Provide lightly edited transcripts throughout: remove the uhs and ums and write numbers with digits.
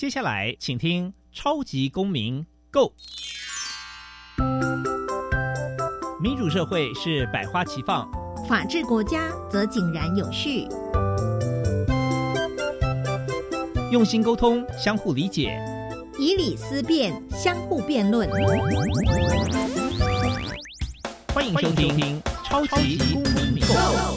接下来请听超级公民 Go。 民主社会是百花齐放， 法治国家则井然有序。 用心沟通，相互理解， 以理思辨，相互辩论。 欢迎收听超级公民 Go。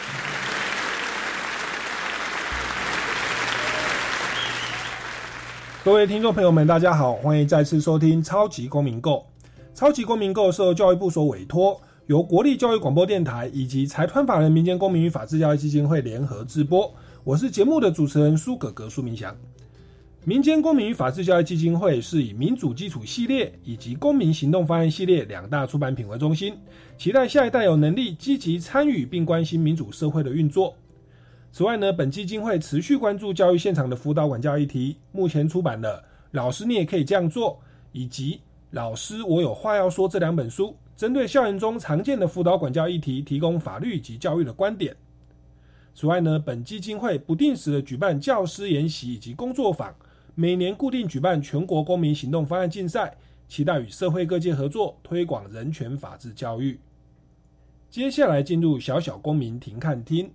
各位听众朋友们大家好，欢迎再次收听超级公民 Go。 超级公民 Go 是由教育部所委托，由国立教育广播电台以及财团法人民间公民与法治教育基金会联合制播。我是节目的主持人苏哥哥苏明祥。民间公民与法治教育基金会是以民主基础系列以及公民行动方案系列两大出版品为中心，期待下一代有能力积极参与并关心民主社会的运作。此外呢，本基金会持续关注教育现场的辅导管教议题，目前出版了《老师你也可以这样做》以及《老师我有话要说》这两本书，针对校园中常见的辅导管教议题提供法律及教育的观点。此外呢，本基金会不定时的举办教师研习以及工作坊，每年固定举办全国公民行动方案竞赛，期待与社会各界合作，推广人权法治教育。接下来进入小小公民停看听。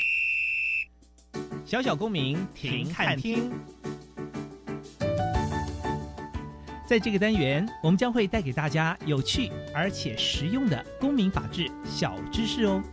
小小公民停看听。在这个单元，我们将会带给大家有趣而且实用的公民法治小知识哦。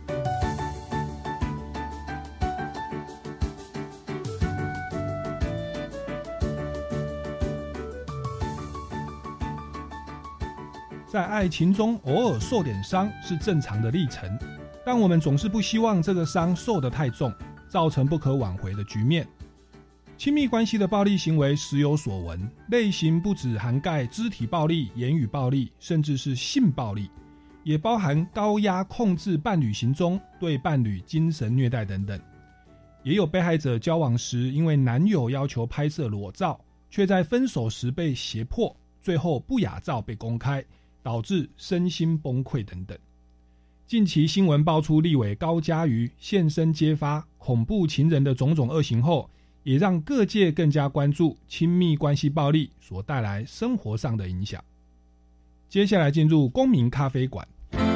在爱情中偶尔受点伤是正常的历程，但我们总是不希望这个伤受得太重，造成不可挽回的局面。亲密关系的暴力行为时有所闻，类型不只涵盖肢体暴力、言语暴力，甚至是性暴力，也包含高压控制伴侣行踪、对伴侣精神虐待等等。也有被害者交往时因为男友要求拍摄裸照，却在分手时被胁迫，最后不雅照被公开，导致身心崩溃等等。近期新闻爆出立委高嘉瑜现身揭发恐怖情人的种种恶行后，也让各界更加关注亲密关系暴力所带来生活上的影响。接下来进入公民咖啡馆。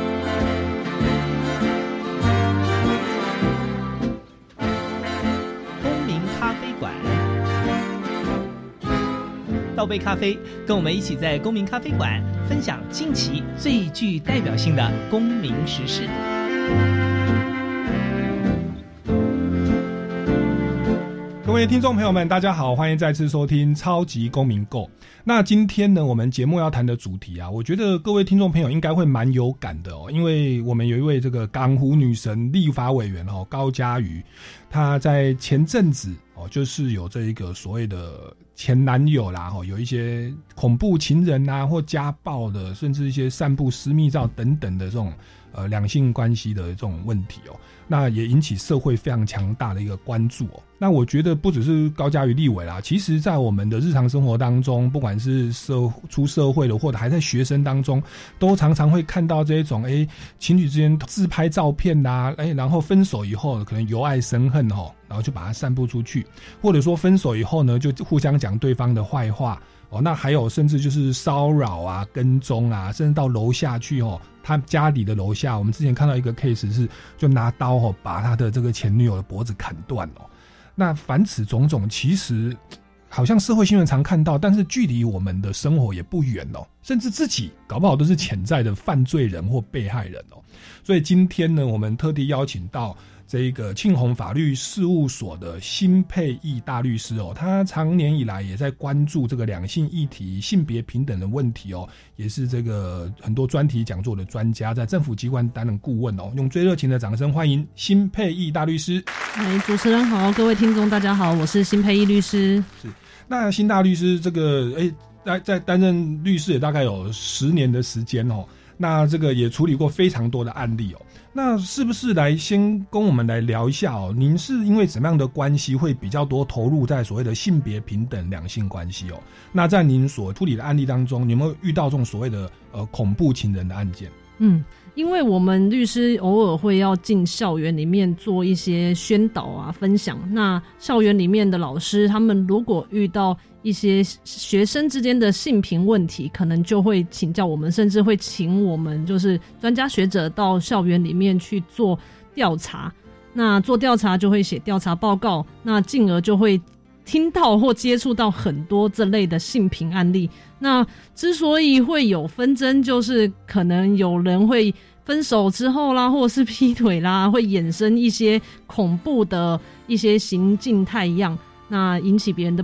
公民咖啡馆，倒杯咖啡，跟我们一起在公民咖啡馆分享近期最具代表性的公民时事。 各位听众朋友们大家好，欢迎再次收听超级公民 Go。 那今天呢，我们节目要谈的主题啊，我觉得各位听众朋友应该会蛮有感的哦，因为我们有一位这个港湖女神立法委员高嘉瑜，她在前阵子就是有这一个所谓的前男友啦，有一些恐怖情人啊或家暴的，甚至一些散布私密照等等的这种两性关系的这种问题哦，那也引起社会非常强大的一个关注哦。那我觉得不只是高嘉瑜立委啦，其实在我们的日常生活当中，不管是出社会的或者还在学生当中，都常常会看到这种情侣之间自拍照片啦，然后分手以后可能由爱生恨然后就把它散布出去，或者说分手以后呢就互相讲对方的坏话那还有甚至就是骚扰啊、跟踪啊，甚至到楼下去他家里的楼下，我们之前看到一个 case 是就拿刀把他的这个前女友的脖子砍断那凡此种种，其实好像社会新闻常看到，但是距离我们的生活也不远甚至自己搞不好都是潜在的犯罪人或被害人所以今天呢，我们特地邀请到这个庆鸿法律事务所的辛佩义大律师他长年以来也在关注这个两性议题、性别平等的问题也是这个很多专题讲座的专家，在政府机关担任顾问用最热情的掌声欢迎辛佩义大律师。 主持人好，各位听众大家好，我是辛佩义律师。 是，那辛大律师这个在担任律师也大概有10年的时间那这个也处理过非常多的案例那是不是来先跟我们来聊一下您是因为怎么样的关系会比较多投入在所谓的性别平等两性关系那在您所处理的案例当中，你有没有遇到这种所谓的恐怖情人的案件？ 因为我们律师偶尔会要进校园里面做一些宣导啊、分享。那校园里面的老师，他们如果遇到一些学生之间的性平问题，可能就会请教我们，甚至会请我们就是专家学者到校园里面去做调查。那做调查就会写调查报告，那进而就会听到或接触到很多这类的性平案例。那之所以会有纷争，就是可能有人会分手之后啦，或者是劈腿啦，会衍生一些恐怖的一些行径态样，那引起别人的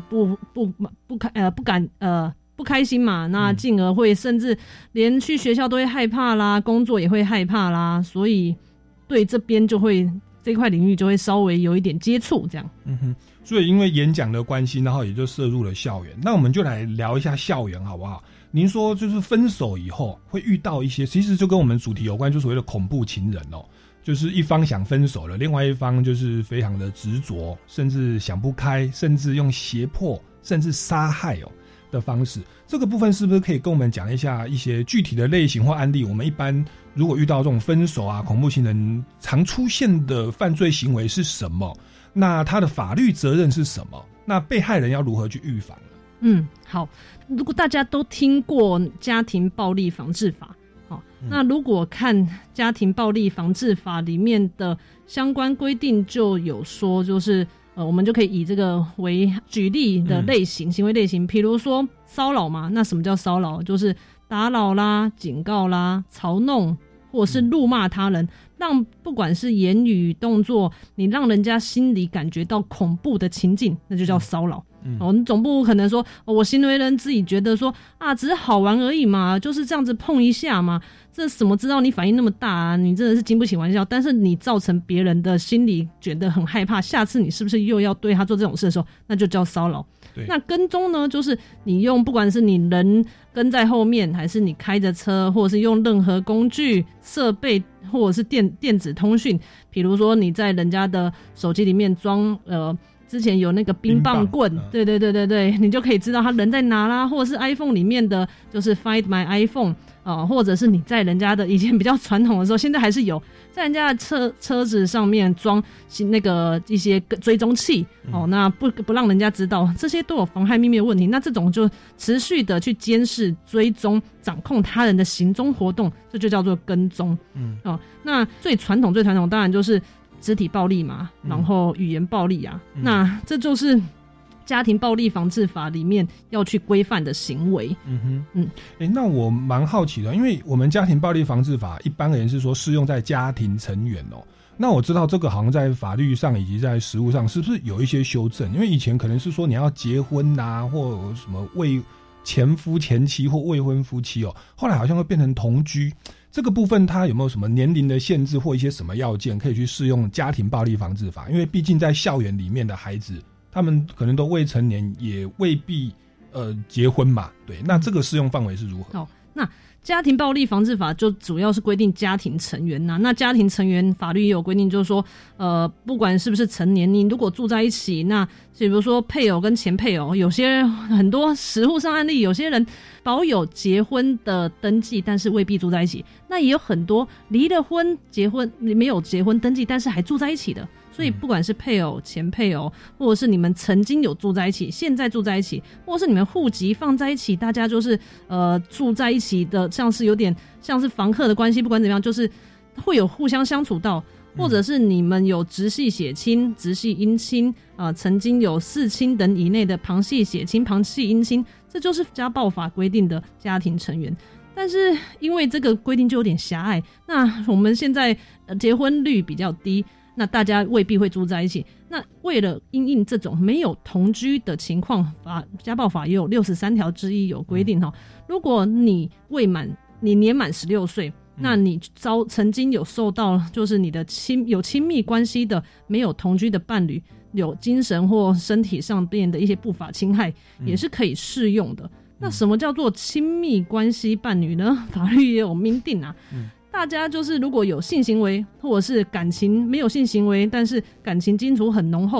不开心嘛，那进而会甚至连去学校都会害怕啦，工作也会害怕啦，所以对这边就会这块领域就会稍微有一点接触这样。 所以因为演讲的关系，然后也就涉入了校园。那我们就来聊一下校园好不好？您说就是分手以后会遇到一些，其实就跟我们主题有关，就所谓的恐怖情人哦，就是一方想分手了，另外一方就是非常的执着，甚至想不开，甚至用胁迫，甚至杀害的方式。这个部分是不是可以跟我们讲一下一些具体的类型或案例？我们一般如果遇到这种分手啊、恐怖情人常出现的犯罪行为是什么？那他的法律责任是什么？那被害人要如何去预防？ 好，如果大家都听过家庭暴力防治法，那如果看家庭暴力防治法里面的相关规定，就有说就是我们就可以以这个为举例的类型、行为类型，比如说骚扰嘛，那什么叫骚扰？就是打扰啦、警告啦、嘲弄或者是辱骂他人，让不管是言语动作，你让人家心里感觉到恐怖的情境，那就叫骚扰。你总不可能说我行为人自己觉得说只是好玩而已嘛，就是这样子碰一下嘛，这怎么知道你反应那么大啊？你真的是经不起玩笑。但是你造成别人的心里觉得很害怕，下次你是不是又要对他做这种事的时候，那就叫骚扰。那跟踪呢，就是你用不管是你人跟在后面，还是你开着车，或者是用任何工具设备，或者是电子通讯，比如说你在人家的手机里面装之前有那个冰棒棍，对，你就可以知道他人在哪啦，或者是 iPhone 里面的就是 Find My iPhone 或者是你在人家的以前比较传统的时候，现在还是有在人家的车子上面装那个一些追踪器那不让人家知道，这些都有妨害秘密的问题。那这种就持续的去监视、追踪、掌控他人的行踪活动，这就叫做跟踪。那最传统当然就是肢体暴力嘛，然后语言暴力啊，那这就是家庭暴力防治法里面要去规范的行为。 那我蛮好奇的，因为我们家庭暴力防治法一般人是说适用在家庭成员那我知道这个好像在法律上以及在实务上是不是有一些修正？因为以前可能是说你要结婚啊，或什么为前夫前妻或未婚夫妻后来好像会变成同居。这个部分它有没有什么年龄的限制或一些什么要件可以去适用家庭暴力防治法？因为毕竟在校园里面的孩子，他们可能都未成年，也未必结婚嘛。对，那这个适用范围是如何？ 那家庭暴力防治法就主要是规定家庭成员那家庭成员法律也有规定，就是说不管是不是成年，你如果住在一起，那比如说配偶跟前配偶，有些很多实务上案例，有些人保有结婚的登记，但是未必住在一起。那也有很多离了婚结婚没有结婚登记，但是还住在一起的。所以不管是配偶、前配偶，或者是你们曾经有住在一起，现在住在一起，或者是你们户籍放在一起，大家就是住在一起的，像是有点像是房客的关系，不管怎么样，就是会有互相相处到，或者是你们有直系血亲、直系姻亲曾经有4亲等以内的旁系血亲、旁系姻亲，这就是家暴法规定的家庭成员。但是因为这个规定就有点狭隘，那我们现在结婚率比较低，那大家未必会住在一起。那为了因应这种没有同居的情况，家暴法也有63条之一有规定如果你年满16岁，那你曾经有受到就是你的有亲密关系的没有同居的伴侣有精神或身体上面的一些不法侵害，也是可以适用的。那什么叫做亲密关系伴侣呢？法律也有明定大家就是如果有性行为，或者是感情没有性行为，但是感情基础很浓厚，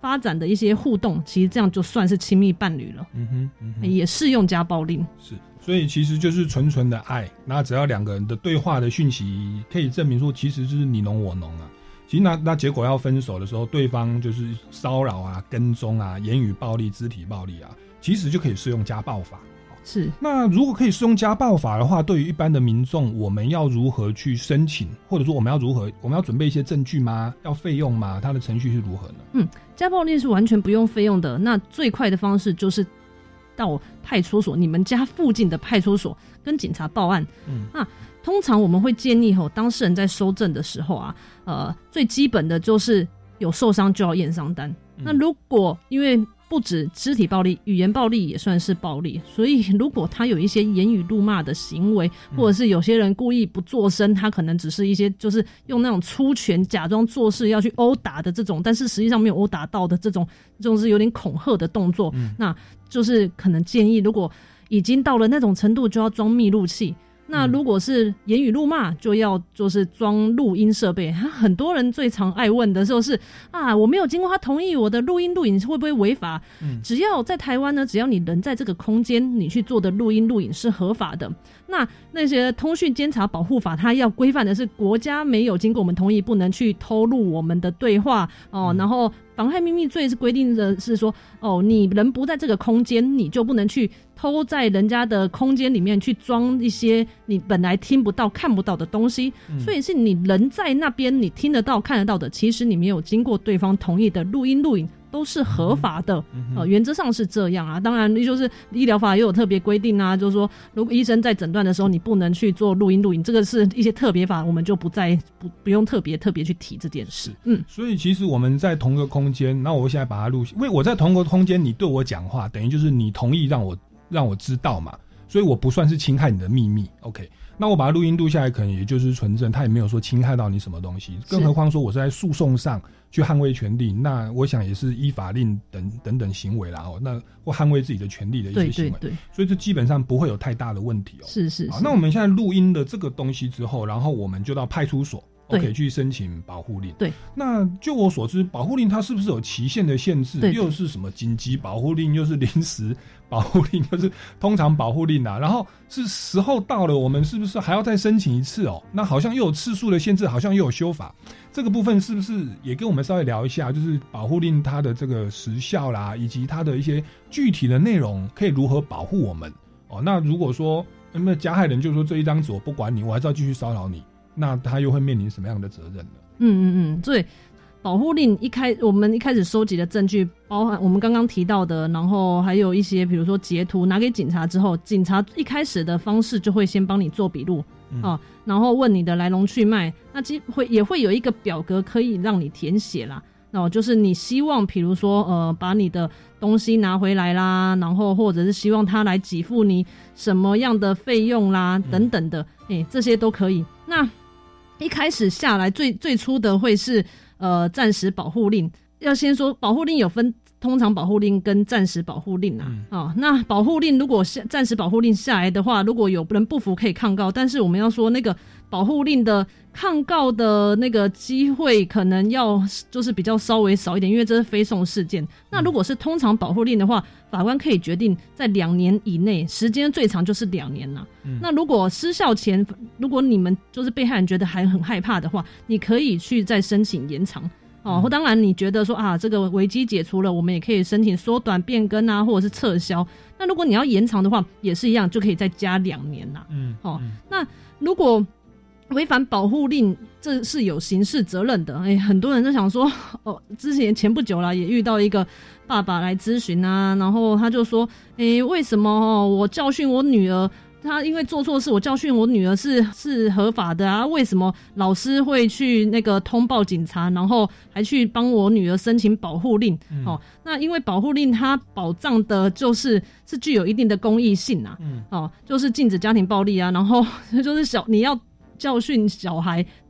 发展的一些互动，其实这样就算是亲密伴侣了。也适用家暴令。 是，所以其实就是纯纯的爱，那只要两个人的对话的讯息可以证明说其实就是你侬我侬啊。其实那结果要分手的时候，对方就是骚扰啊、跟踪啊、言语暴力、肢体暴力啊，其实就可以适用家暴法。 是。 那如果可以适用家暴法的话，对于一般的民众，我们要如何去申请，或者说我们要准备一些证据吗？要费用吗？它的程序是如何呢？ 家暴令是完全不用费用的。那最快的方式就是到派出所，你们家附近的派出所跟警察报案。通常我们会建议当事人在收证的时候最基本的就是有受伤就要验伤单。那如果因为不止肢体暴力，语言暴力也算是暴力，所以如果他有一些言语辱骂的行为，或者是有些人故意不做声，他可能只是一些就是用那种粗拳假装做事要去殴打的这种，但是实际上没有殴打到的这种是有点恐吓的动作，那就是可能建议如果已经到了那种程度就要装密录器。那如果是言语辱骂，就是装录音设备。很多人最常爱问的时候是我没有经过他同意，我的录音录影会不会违法？只要在台湾呢，只要你人在这个空间，你去做的录音录影是合法的。那些通讯监察保护法，它要规范的是国家没有经过我们同意，不能去偷录我们的对话然后妨害秘密罪是规定的是说你人不在这个空间，你就不能去偷在人家的空间里面去装一些你本来听不到看不到的东西，所以是你人在那边你听得到看得到的，其实你没有经过对方同意的录音录影都是合法的。原则上是这样当然就是医疗法也有特别规定就是说如果医生在诊断的时候你不能去做录音录影，这个是一些特别法，我们就不用特别去提这件事。 所以其实我们在同一个空间，那我现在把它录，因为我在同一个空间，你对我讲话，等于就是你同意让我知道嘛，所以我不算是侵害你的秘密。 OK， 那我把它录音录下来可能也就是纯正，它也没有说侵害到你什么东西，更何况说我是在诉讼上去捍卫权利，那我想也是依法令等等行为啦那或捍卫自己的权利的一些行为。对，所以这基本上不会有太大的问题是。 好，那我们现在录音的这个东西之后，然后我们就到派出所OK 去申请保护令。 对， 那就我所知，保护令它是不是有期限的限制？又是什么紧急保护令，又是临时保护令，又是通常保护令然后是时候到了，我们是不是还要再申请一次那好像又有次数的限制，好像又有修法。这个部分是不是也跟我们稍微聊一下，就是保护令它的这个时效啦，以及它的一些具体的内容可以如何保护我们那如果说那加害人就是说这一张纸我不管你，我还是要继续骚扰你，那他又会面临什么样的责任呢？ 对，保护令我们一开始收集的证据包含我们刚刚提到的，然后还有一些比如说截图拿给警察之后，警察一开始的方式就会先帮你做笔录然后问你的来龙去脉，那也会有一个表格可以让你填写啦。就是你希望比如说把你的东西拿回来啦，然后或者是希望他来给付你什么样的费用啦等等的这些都可以。那一开始下来最初的会是暂时保护令。要先说保护令有分通常保护令跟暂时保护令那保护令如果暂时保护令下来的话，如果有人不服可以抗告，但是我们要说那个保护令的抗告的那个机会可能要就是比较稍微少一点，因为这是非讼事件。那如果是通常保护令的话，法官可以决定在2年以内，时间最长就是2年那如果失效前，如果你们就是被害人觉得还很害怕的话，你可以去再申请延长或当然你觉得说这个危机解除了，我们也可以申请缩短变更或者是撤销。那如果你要延长的话也是一样，就可以再加2年那如果违反保护令，这是有刑事责任的。很多人都想说之前不久啦，也遇到一个爸爸来咨询然后他就说为什么我教训我女儿，他因为做错事，我教训我女儿是合法的为什么老师会去那个通报警察，然后还去帮我女儿申请保护令那因为保护令它保障的是具有一定的公益性就是禁止家庭暴力然后就是你要教训小孩，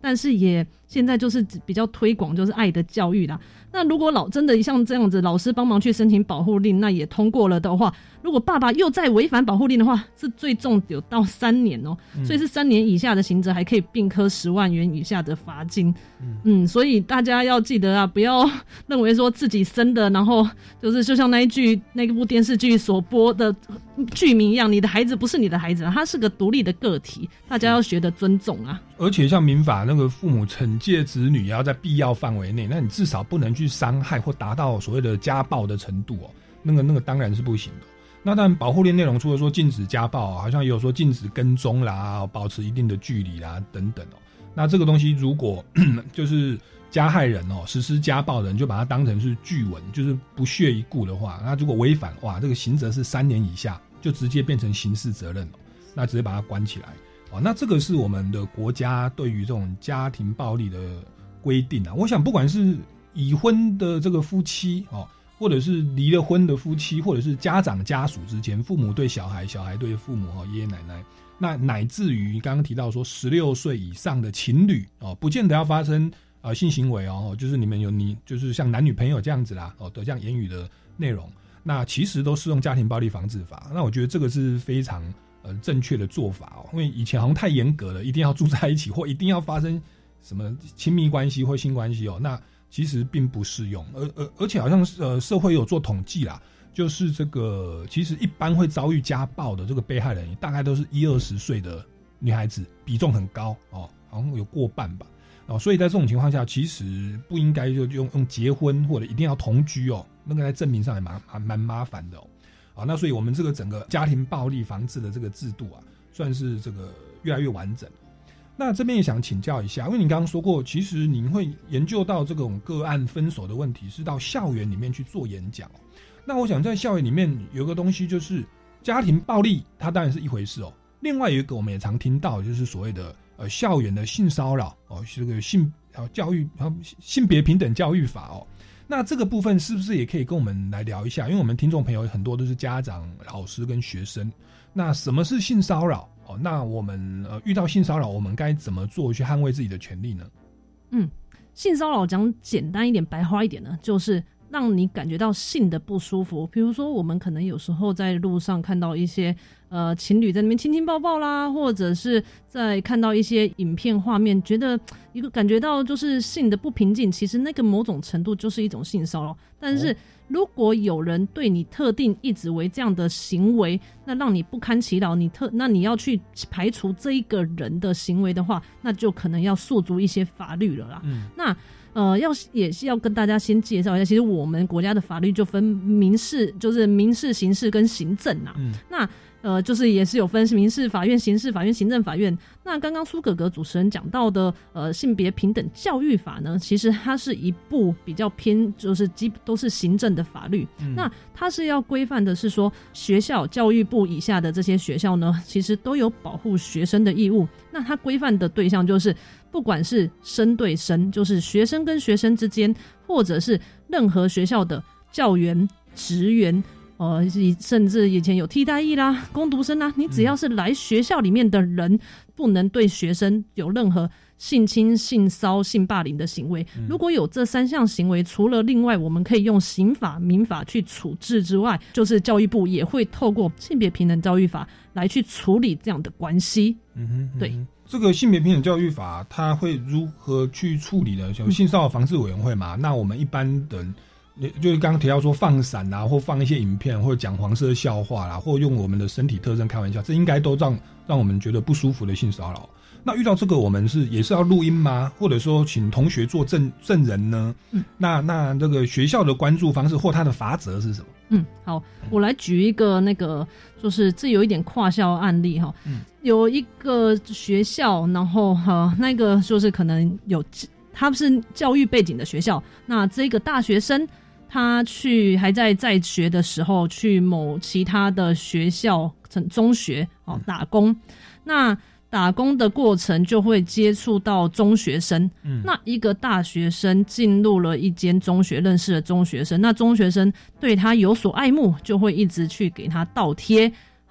但是也现在就是比较推广就是爱的教育啦。那如果真的像这样子，老师帮忙去申请保护令，那也通过了的话，如果爸爸又再违反保护令的话，是最重有到3年哦，所以是3年以下的刑责，还可以并科10万元以下的罚金。所以大家要记得啊，不要认为说自己生的，然后就像那部电视剧所播的剧名一样，你的孩子不是你的孩子，他是个独立的个体，大家要学得尊重啊。 而且像民法那个父母惩戒子女也要在必要范围内，那你至少不能去伤害或达到所谓的家暴的程度哦，那个当然是不行的。那当然保护令内容除了说禁止家暴，好像也有说禁止跟踪啦，保持一定的距离啦等等哦。那这个东西如果就是加害人哦实施家暴的人就把它当成是据闻，就是不屑一顾的话，那如果违反哇，这个刑责是3年以下，就直接变成刑事责任了，那直接把它关起来。那这个是我们的国家对于这种家庭暴力的规定啊。我想不管是已婚的这个夫妻或者是离了婚的夫妻，或者是家长家属之间，父母对小孩，小孩对父母，爷爷奶奶，那乃至于刚刚提到说16岁以上的情侣不见得要发生性行为就是你就是像男女朋友这样子啦的这样言语的内容，那其实都适用家庭暴力防治法。那我觉得这个是非常正确的做法因为以前好像太严格了，一定要住在一起或一定要发生什么亲密关系或性关系那其实并不适用。而且好像社会有做统计啦，就是这个其实一般会遭遇家暴的这个被害人大概都是20-20岁的女孩子，比重很高好像有过半吧所以在这种情况下，其实不应该就用结婚或者一定要同居那个在证明上也蛮麻烦的那所以我们这个整个家庭暴力防治的这个制度算是这个越来越完整。那这边也想请教一下，因为你刚刚说过，其实您会研究到这种个案分手的问题是到校园里面去做演讲那我想在校园里面有个东西就是家庭暴力，它当然是一回事另外有一个我们也常听到就是所谓的校园的性骚扰这个性别平等教育法那这个部分是不是也可以跟我们来聊一下？因为我们听众朋友很多都是家长、老师跟学生。那什么是性骚扰那我们遇到性骚扰，我们该怎么做去捍卫自己的权利呢？ 性骚扰讲简单一点、白话一点呢，就是让你感觉到性的不舒服。比如说，我们可能有时候在路上看到一些情侣在那边亲亲抱抱啦，或者是在看到一些影片画面，觉得一个感觉到就是性的不平静，其实那个某种程度就是一种性骚扰。但是如果有人对你特定一直为这样的行为，那让你不堪其扰，那你要去排除这一个人的行为的话，那就可能要诉诸一些法律了啦。那也是要跟大家先介绍一下，其实我们国家的法律就分民事、刑事跟行政啊。那就是也是有分民事法院、刑事法院、行政法院。那刚刚苏哥哥主持人讲到的性别平等教育法呢，其实它是一部比较偏就是都是行政的法律。那它是要规范的是说，学校教育部以下的这些学校呢，其实都有保护学生的义务。那它规范的对象就是不管是生对生，就是学生跟学生之间，或者是任何学校的教员、职员。甚至以前有替代役啦、工读生啦，你只要是来学校里面的人，不能对学生有任何性侵、性骚、性霸凌的行为。如果有这3项行为，除了另外我们可以用刑法、民法去处置之外，就是教育部也会透过性别平等教育法来去处理这样的关系。对。 这个性别平等教育法它会如何去处理呢？有性骚扰防治委员会嘛？那我们一般人就是刚刚提到说放闪啦，或放一些影片，或者讲黄色笑话啦，或用我们的身体特征开玩笑，这应该都让我们觉得不舒服的性骚扰。那遇到这个，我们也是要录音吗？或者说请同学做证人呢？那这个学校的关注方式或他的罚则是什么？ 好，我来举一个就是这有一点跨校案例哈。有一个学校，然后那个就是可能他是教育背景的学校，那这个大学生他还在学的时候去某其他的学校中学打工，那打工的过程就会接触到中学生。那一个大学生进入了一间中学，认识了中学生，那中学生对他有所爱慕，就会一直去给他倒贴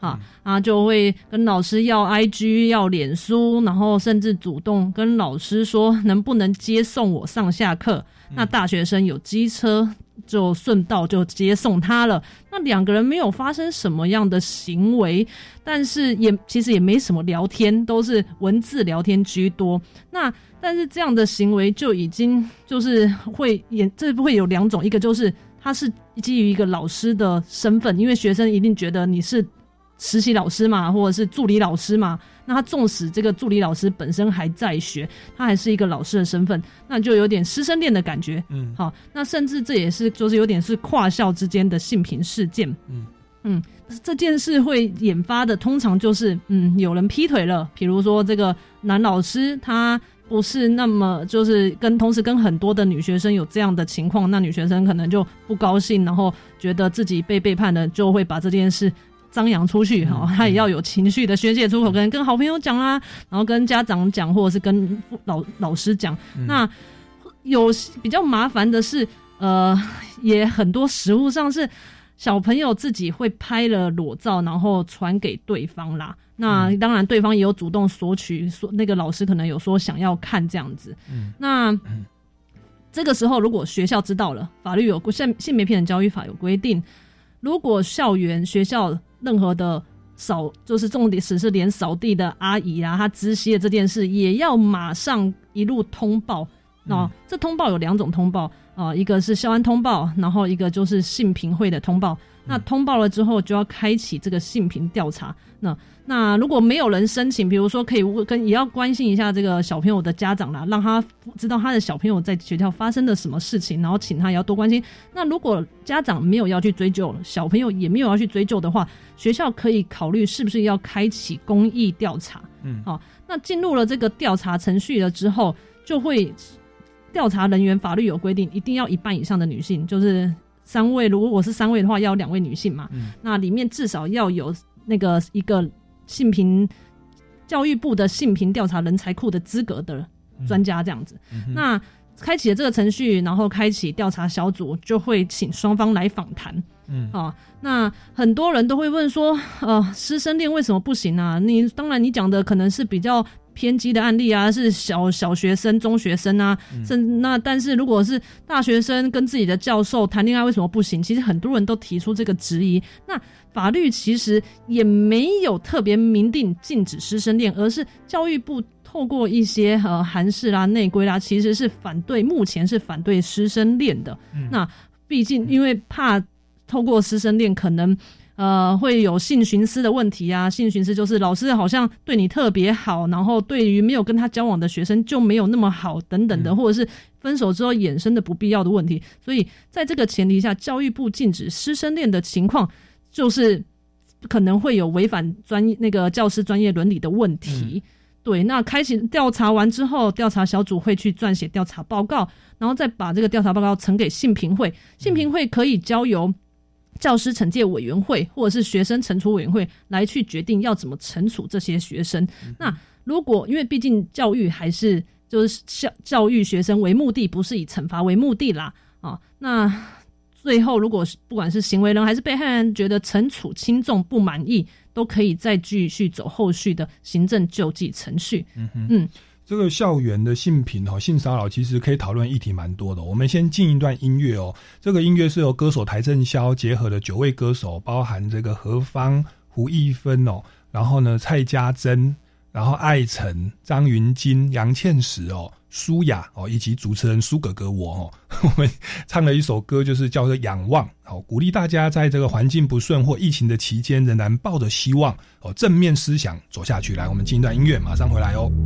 就会跟老师要 IG 要脸书，然后甚至主动跟老师说能不能接送我上下课。那大学生有机车就顺道就接送他了。那两个人没有发生什么样的行为，但是其实也没什么聊天，都是文字聊天居多。那但是这样的行为就已经就是这会有两种，一个就是他是基于一个老师的身份，因为学生一定觉得你是实习老师嘛，或者是助理老师嘛，那他纵使这个助理老师本身还在学，他还是一个老师的身份，那就有点师生恋的感觉。好，那甚至这也是就是有点是跨校之间的性平事件。这件事会引发的通常就是有人劈腿了，比如说这个男老师他不是那么就是同时跟很多的女学生有这样的情况，那女学生可能就不高兴，然后觉得自己被背叛了，就会把这件事张扬出去，他也要有情绪的宣泄出口，跟好朋友讲啦，然后跟家长讲，或者是跟老师讲。那有比较麻烦的是，也很多实务上是小朋友自己会拍了裸照，然后传给对方啦。那当然，对方也有主动索取，那个老师可能有说想要看这样子。那这个时候，如果学校知道了，法律有性别平等教育法有规定，如果学校任何的就是重点是连扫地的阿姨啦，她知悉了这件事，也要马上一路通报。这通报有两种通报，一个是校安通报，然后一个就是性平会的通报。那通报了之后，就要开启这个性平调查。那如果没有人申请，比如说可以也要关心一下这个小朋友的家长啦，让他知道他的小朋友在学校发生了什么事情，然后请他也要多关心。那如果家长没有要去追究，小朋友也没有要去追究的话，学校可以考虑是不是要开启公益调查。那进入了这个调查程序了之后，就会调查人员法律有规定，一定要1半以上的女性，就是3位，如果是3位的话，要2位女性嘛。那里面至少要有那个一个性平教育部的性平调查人才库的资格的专家这样子。那开启了这个程序，然后开启调查小组，就会请双方来访谈。那很多人都会问说，师生恋为什么不行啊？当然你讲的可能是比较偏激的案例啊，是小学生、中学生啊，但是如果是大学生跟自己的教授谈恋爱，为什么不行？其实很多人都提出这个质疑。那法律其实也没有特别明定禁止师生恋，而是教育部透过一些函释啦、内规啦，其实是目前是反对师生恋的。那毕竟因为怕透过师生恋可能会有性寻思的问题啊，性寻思就是老师好像对你特别好，然后对于没有跟他交往的学生就没有那么好等等的，或者是分手之后衍生的不必要的问题。所以在这个前提下，教育部禁止师生恋的情况，就是可能会有违反那个教师专业伦理的问题。对，那开启调查完之后，调查小组会去撰写调查报告，然后再把这个调查报告呈给性平会，性平会可以交由教师惩戒委员会或者是学生惩处委员会来去决定要怎么惩处这些学生。那如果因为毕竟教育还是就是教育学生为目的，不是以惩罚为目的啦。那最后如果不管是行为人还是被害人觉得惩处轻重不满意，都可以再继续走后续的行政救济程序。 这个校园的性平性骚扰其实可以讨论议题蛮多的。我们先进一段音乐哦，这个音乐是由歌手邰正宵结合的9位歌手，包含这个何方、胡一芬然后呢蔡家珍，然后艾辰、张云京、杨倩石舒雅以及主持人苏哥哥我们唱了一首歌，就是叫做《仰望》，鼓励大家在这个环境不顺或疫情的期间，仍然抱着希望正面思想走下去。来，我们进一段音乐，马上回来哦。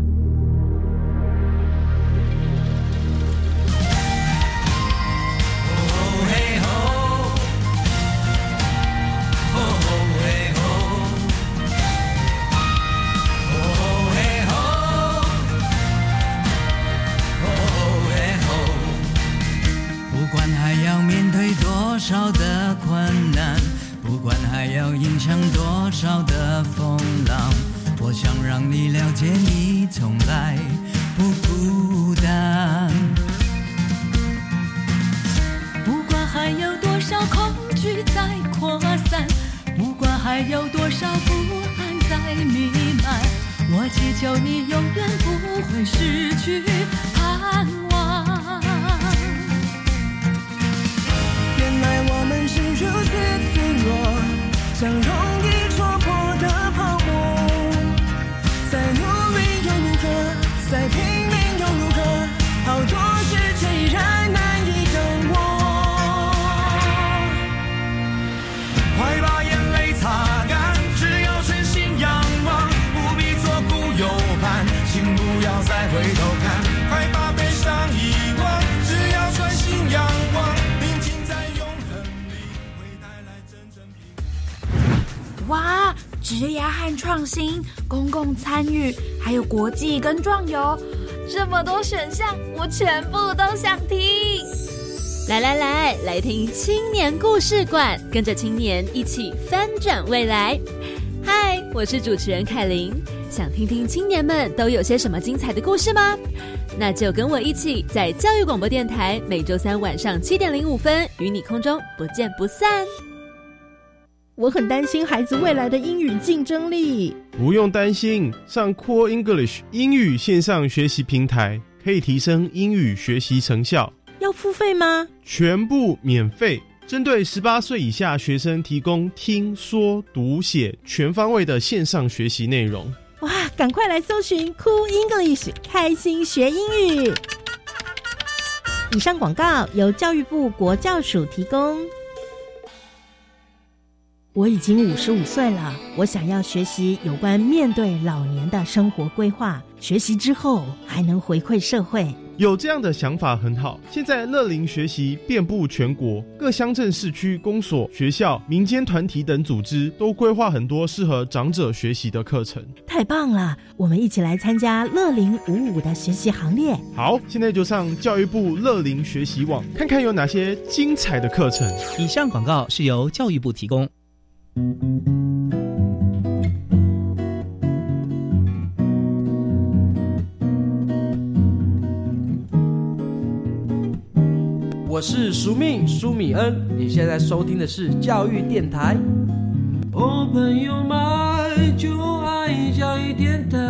多少的困难，不管还要迎向多少的风浪，我想让你了解你从来不孤单。不管还有多少恐惧在扩散，不管还有多少不弥漫。我祈求你永远不会失去盼望。原来我们是如此脆弱，像容易戳破的泡沫。再努力又如何，再拼命又如何，好多事却依然难以掌握。快把眼泪擦干，只要全心仰望，不必左顾右盼，请不要再回头看。快把悲伤遗忘，只要专心仰望，宁静在永恒里会带来真正平。 哇，职涯和创新、公共参与，还有国际跟壮游，这么多选项，我全部都想听。 来听青年故事馆，跟着青年一起翻转未来。嗨，我是主持人凯琳，想听听青年们都有些什么精彩的故事吗？那就跟我一起在教育广播电台每周三晚上7点05分与你空中不见不散。 我很担心孩子未来的英语竞争力。 不用担心，上 Core English 英语线上学习平台可以提升英语学习成效。 要付费吗？全部免费，针对18岁以下学生提供听说读写全方位的线上学习内容。哇，赶快来搜寻 Cool English 开心学英语。以上广告由教育部国教署提供。我已经55岁了，我想要学习有关面对老年的生活规划，学习之后还能回馈社会。 有这样的想法很好，现在乐龄学习遍布全国，各乡镇市区公所、学校、民间团体等组织都规划很多适合长者学习的课程。 太棒了，我们一起来参加乐龄55的学习行列。 好，现在就上教育部乐龄学习网，看看有哪些精彩的课程。 以上广告是由教育部提供。 我是苏米恩，你现在收听的是教育电台。Open your mind， 就爱教育电台。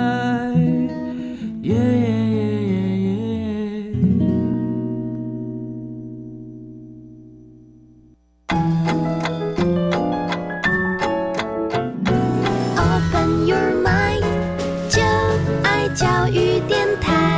Open your mind， 就爱教育电台。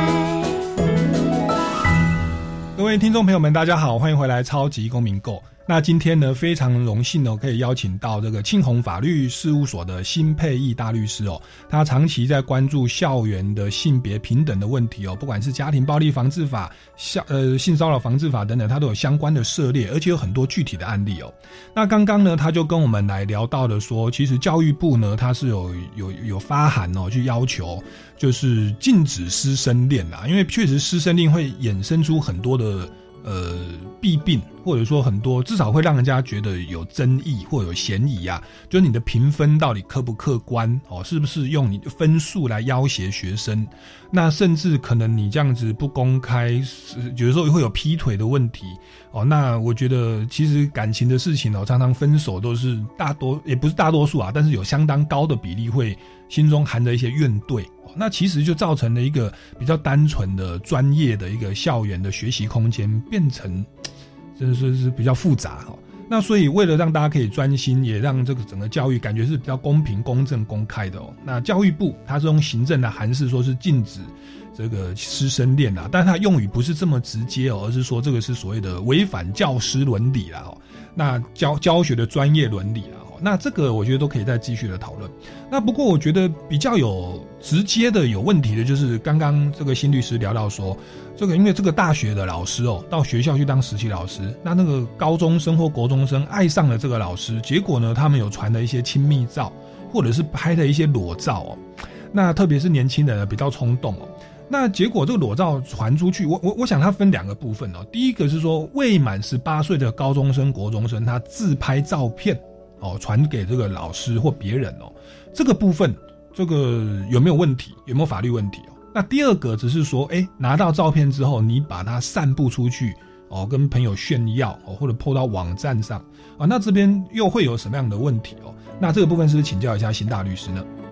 各位听众朋友们大家好，欢迎回来超级公民购。那今天呢非常荣幸可以邀请到这个庆宏法律事务所的辛佩义大律师他长期在关注校园的性别平等的问题不管是家庭暴力防治法、性骚扰防治法等等，他都有相关的涉猎，而且有很多具体的案例那刚刚呢他就跟我们来聊到了说，其实教育部呢他是有发函去要求就是禁止师生恋因为确实师生恋会衍生出很多的弊病，或者说很多至少会让人家觉得有争议或有嫌疑就是你的评分到底客不客观是不是用你的分数来要挟学生，那甚至可能你这样子不公开，有的时候会有劈腿的问题那我觉得其实感情的事情常常分手都是也不是大多数但是有相当高的比例会心中含着一些怨怼那其实就造成了一个比较单纯的专业的一个校园的学习空间变成真的是比较复杂那所以为了让大家可以专心，也让这个整个教育感觉是比较公平公正公开的那教育部它是用行政的函释说是禁止这个师生恋但是它用语不是这么直接而是说这个是所谓的违反教师伦理那教学的专业伦理那这个我觉得都可以再继续的讨论。那不过我觉得比较有直接的有问题的就是刚刚这个辛律师聊到说，这个因为这个大学的老师到学校去当实习老师，那个高中生或国中生爱上了这个老师，结果呢他们有传了一些亲密照或者是拍的一些裸照那特别是年轻人比较冲动那结果这个裸照传出去，我想它分两个部分第一个是说未满18岁的高中生国中生他自拍照片传给这个老师或别人这个部分这个有没有问题，有没有法律问题那第二个只是说拿到照片之后你把它散布出去跟朋友炫耀或者 po 到网站上那这边又会有什么样的问题那这个部分是不是请教一下辛大律师呢？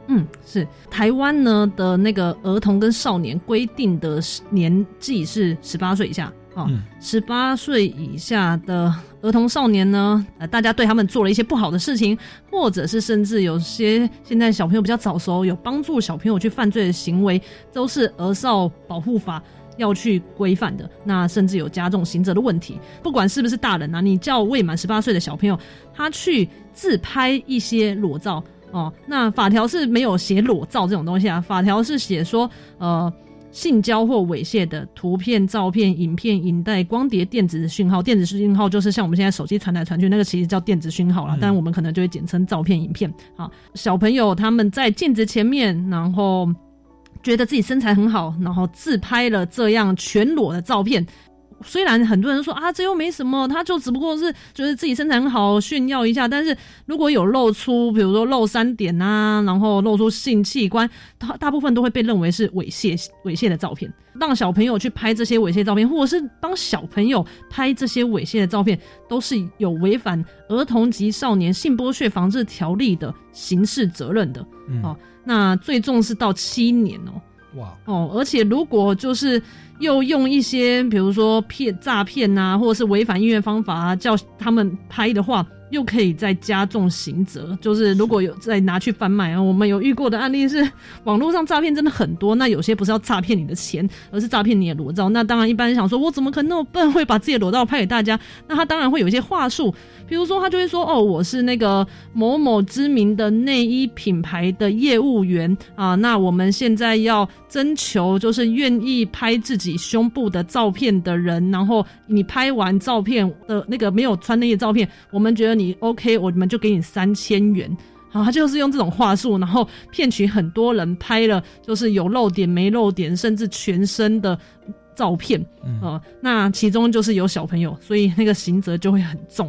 是台湾呢的那个儿童跟少年规定的年纪是18岁以下。18岁以下的儿童少年呢，大家对他们做了一些不好的事情，或者是甚至有些现在小朋友比较早熟，有帮助小朋友去犯罪的行为，都是儿少保护法要去规范的。那甚至有加重刑责的问题。不管是不是大人啊，你叫未满18岁的小朋友，他去自拍一些裸照那法条是没有写裸照这种东西啊，法条是写说性交或猥亵的图片、照片、影片、影带、光碟、电子讯号。电子讯号就是像我们现在手机传来传去，那个其实叫电子讯号啦，但我们可能就会简称照片、影片。好，小朋友他们在镜子前面，然后觉得自己身材很好，然后自拍了这样全裸的照片。虽然很多人说啊，这又没什么，他就只不过是觉得自己身材很好炫耀一下，但是如果有露出比如说露3点啊，然后露出性器官，大部分都会被认为是猥亵的照片。让小朋友去拍这些猥亵照片，或者是帮小朋友拍这些猥亵的照片，都是有违反儿童及少年性剥削防治条例的刑事责任的。那最重是到7年而且如果就是又用一些比如说诈骗啊，或者是违反音乐方法啊，叫他们拍的话，又可以再加重刑责。就是如果有再拿去贩卖我们有遇过的案例是网络上诈骗真的很多，那有些不是要诈骗你的钱，而是诈骗你的裸照。那当然一般人想说，我怎么可能那么笨会把自己的裸照拍给大家？那他当然会有一些话术，比如说他就会说我是那个某某知名的内衣品牌的业务员啊，那我们现在要征求就是愿意拍自己胸部的照片的人，然后你拍完照片的那个没有穿内衣的照片，我们觉得你 OK， 我们就给你3000元。他就是用这种话术，然后骗取很多人拍了就是有露点没露点甚至全身的照片。那其中就是有小朋友，所以那个刑责就会很重。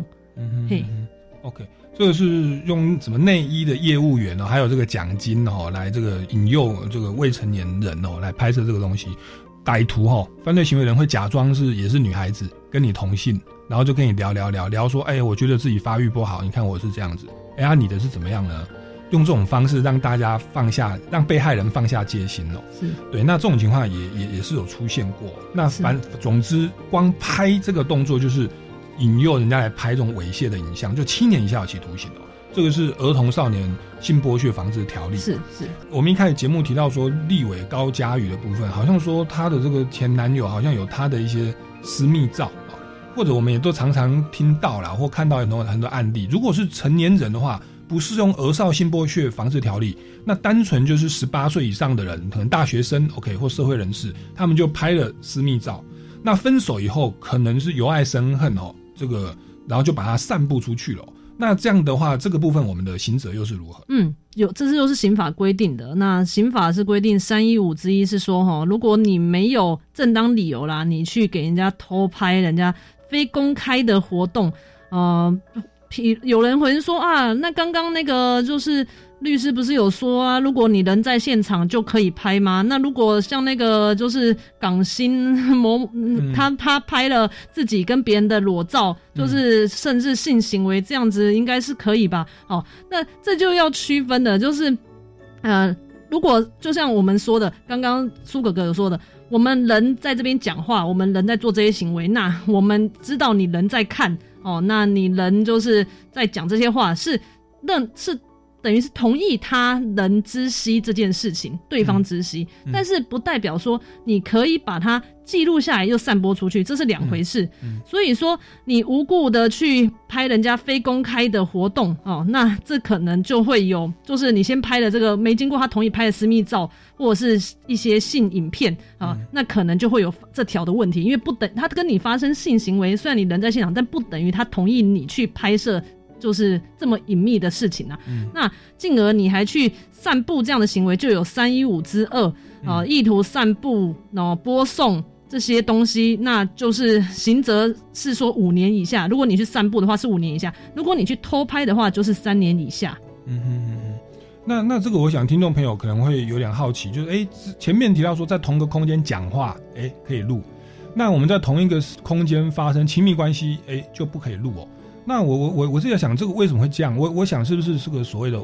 OK， 这个是用什么内衣的业务员还有这个奖金来这个引诱这个未成年人来拍摄这个东西。歹徒犯罪行为人会假装也是女孩子跟你同性，然后就跟你聊说我觉得自己发育不好，你看我是这样子，你的是怎么样呢？用这种方式让大家让被害人放下戒心是对。那这种情况也是有出现过。那总之光拍这个动作就是引诱人家来拍这种猥亵的影像，就7年以下有期徒刑这个是儿童少年性剥削防治条例。 是我们一开始节目提到说立委高嘉瑜的部分，好像说他的这个前男友好像有他的一些私密照，或者我们也都常常听到啦，或看到很多案例。如果是成年人的话，不适用儿少性剥削防治条例，那单纯就是18岁以上的人，可能大学生 OK 或社会人士，他们就拍了私密照，那分手以后可能是由爱生恨这个，然后就把它散布出去了。那这样的话，这个部分我们的刑责又是如何？ 这又是刑法规定的。那刑法是规定315之一是说如果你没有正当理由啦，你去给人家偷拍人家非公开的活动，有人会说那刚刚那个就是律师不是有说啊，如果你人在现场就可以拍吗？那如果像那个就是港星他拍了自己跟别人的裸照，就是甚至性行为，这样子应该是可以吧？那这就要区分的，就是如果就像我们说的，刚刚苏哥哥有说的，我们人在这边讲话，我们人在做这些行为，那我们知道你人在看那你人就是在讲这些话，是等于是同意他人知悉这件事情，对方知悉，但是不代表说你可以把它记录下来又散播出去，这是两回事。所以说你无故的去拍人家非公开的活动那这可能就会有，就是你先拍了这个没经过他同意拍的私密照，或者是一些性影片那可能就会有这条的问题，因为他跟你发生性行为，虽然你人在现场，但不等于他同意你去拍摄就是这么隐秘的事情那进而你还去散布这样的行为，就有315之2意图散布播送这些东西，那就是刑责是说5年以下，如果你去散布的话是5年以下，如果你去偷拍的话就是3年以下。 那这个我想听众朋友可能会有点好奇，就是前面提到说在同个空间讲话可以录，那我们在同一个空间发生亲密关系就不可以录那我是在想这个为什么会这样，我想是不是这个所谓的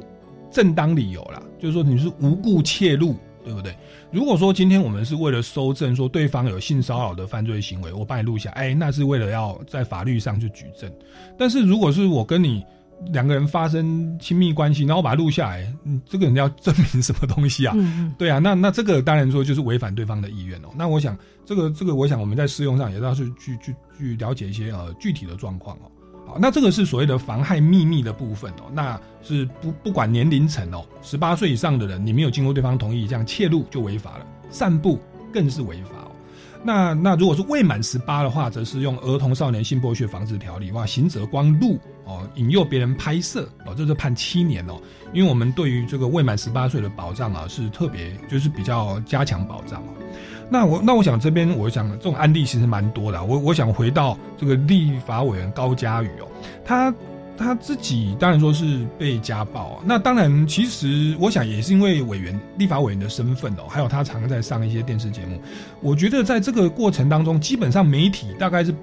正当理由啦，就是说你是无故窃录，对不对？如果说今天我们是为了搜证，说对方有性骚扰的犯罪行为，我把你录下，那是为了要在法律上去举证。但是如果是我跟你两个人发生亲密关系，然后我把它录下来，这个人要证明什么东西啊？对啊，那这个当然说就是违反对方的意愿哦。那我想这个我想我们在适用上也要去了解一些具体的状况哦。好，那这个是所谓的妨害秘密的部分哦，那是不管年龄层哦，18岁以上的人，你没有经过对方同意，这样窃录就违法了，散布更是违法哦。那如果是未满18的话，则是用《儿童少年性剥削防治条例》，刑责光录哦，引诱别人拍摄哦，这是判7年哦。因为我们对于这个未满18岁的保障啊，是特别就是比较加强保障哦。那我想这边我想这种案例其实蛮多的，我想回到这个立法委员高嘉瑜哦，他自己当然说是被家暴那当然其实我想也是因为立法委员的身份哦，还有他常在上一些电视节目，我觉得在这个过程当中，基本上媒体大概是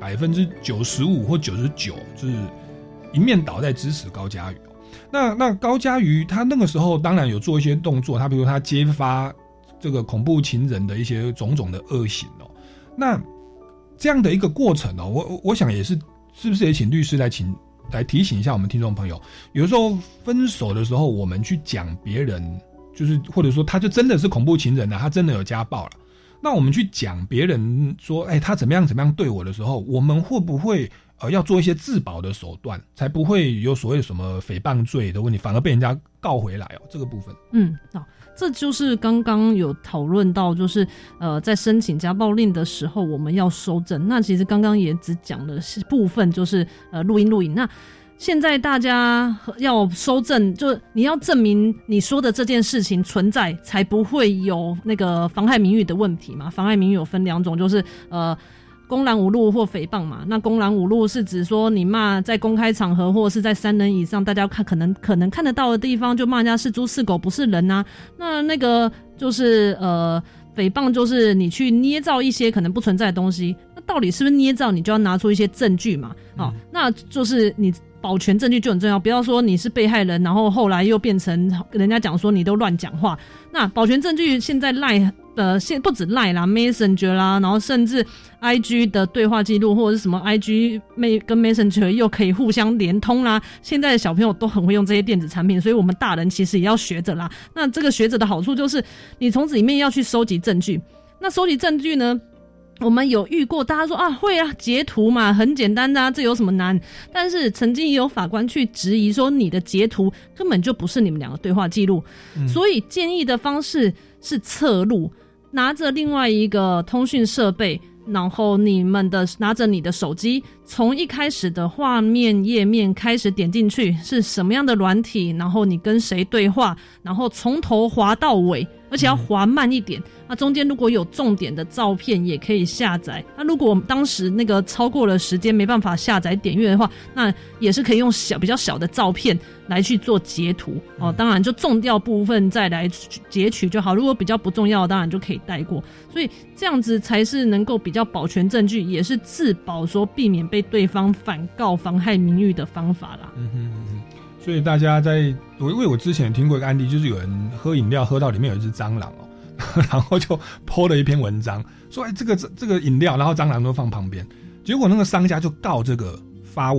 95%或99%就是一面倒在支持高嘉瑜哦。那高嘉瑜他那个时候当然有做一些动作，他比如他揭发这个恐怖情人的一些种种的恶行哦，那这样的一个过程哦，我想也是不是也请律师来提醒一下我们听众朋友，有的时候分手的时候，我们去讲别人，就是或者说他就真的是恐怖情人了，他真的有家暴了，那我们去讲别人说，他怎么样对我的时候，我们会不会要做一些自保的手段，才不会有所谓什么诽谤罪的问题，反而被人家告回来哦？这个部分， 好。这就是刚刚有讨论到，就是在申请家暴令的时候，我们要收证。那其实刚刚也只讲了部分，就是录影。那现在大家要收证，就你要证明你说的这件事情存在，才不会有那个妨害名誉的问题嘛。妨害名誉有分2种，就是公然侮辱或诽谤嘛。那公然侮辱是指说你骂在公开场合或者是在3人以上大家可能看得到的地方，就骂人家是猪是狗不是人啊。那个就是诽谤就是你去捏造一些可能不存在的东西，那到底是不是捏造，你就要拿出一些证据嘛。那就是你保全证据就很重要，不要说你是被害人，然后后来又变成人家讲说你都乱讲话。那保全证据现在现不止赖啦 Messenger 啦，然后甚至 IG 的对话记录或者是什么 IG 跟 Messenger 又可以互相连通啦。现在的小朋友都很会用这些电子产品，所以我们大人其实也要学着啦。那这个学着的好处就是你从此里面要去收集证据。那收集证据呢，我们有遇过大家说会啊，截图嘛很简单的这有什么难？但是曾经也有法官去质疑说，你的截图根本就不是你们两个对话记录，所以建议的方式是侧录，拿着另外一个通讯设备，然后拿着你的手机，从一开始的画面页面开始点进去，是什么样的软体，然后你跟谁对话，然后从头滑到尾，而且要滑慢一点。那中间如果有重点的照片也可以下载。那如果我们当时那个超过了时间没办法下载点阅的话，那也是可以用比较小的照片来去做截图当然就重要部分再来截取就好，如果比较不重要的当然就可以带过。所以这样子才是能够比较保全证据，也是自保说避免被对方反告妨害名誉的方法啦。 所以大家因为我之前听过一个案例，就是有人喝饮料喝到里面有一只蟑螂然后就 po 了一篇文章说这个饮料，然后蟑螂都放旁边，结果那个商家就告这个发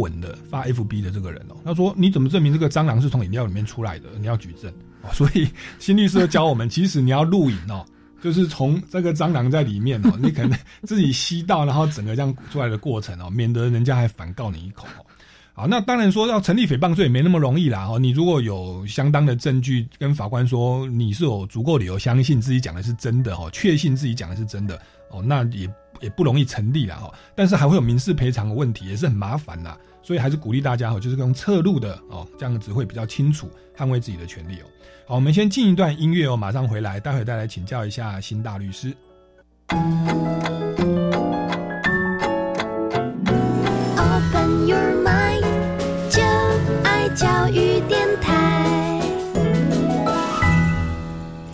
FB 的这个人他说你怎么证明这个蟑螂是从饮料里面出来的，你要举证所以新律师教我们其实你要录影就是从这个蟑螂在里面你可能自己吸到，然后整个这样出来的过程免得人家还反告你一口好，那当然说要成立诽谤罪也没那么容易啦你如果有相当的证据跟法官说你是有足够理由相信自己讲的是真的确信自己讲的是真的那也不容易成立啦但是还会有民事赔偿的问题，也是很麻烦啦。所以还是鼓励大家就是用侧录的这样子会比较清楚捍卫自己的权利好，我们先进一段音乐马上回来，待会再来请教一下新大律师。 Open your mind， 就爱教育电台。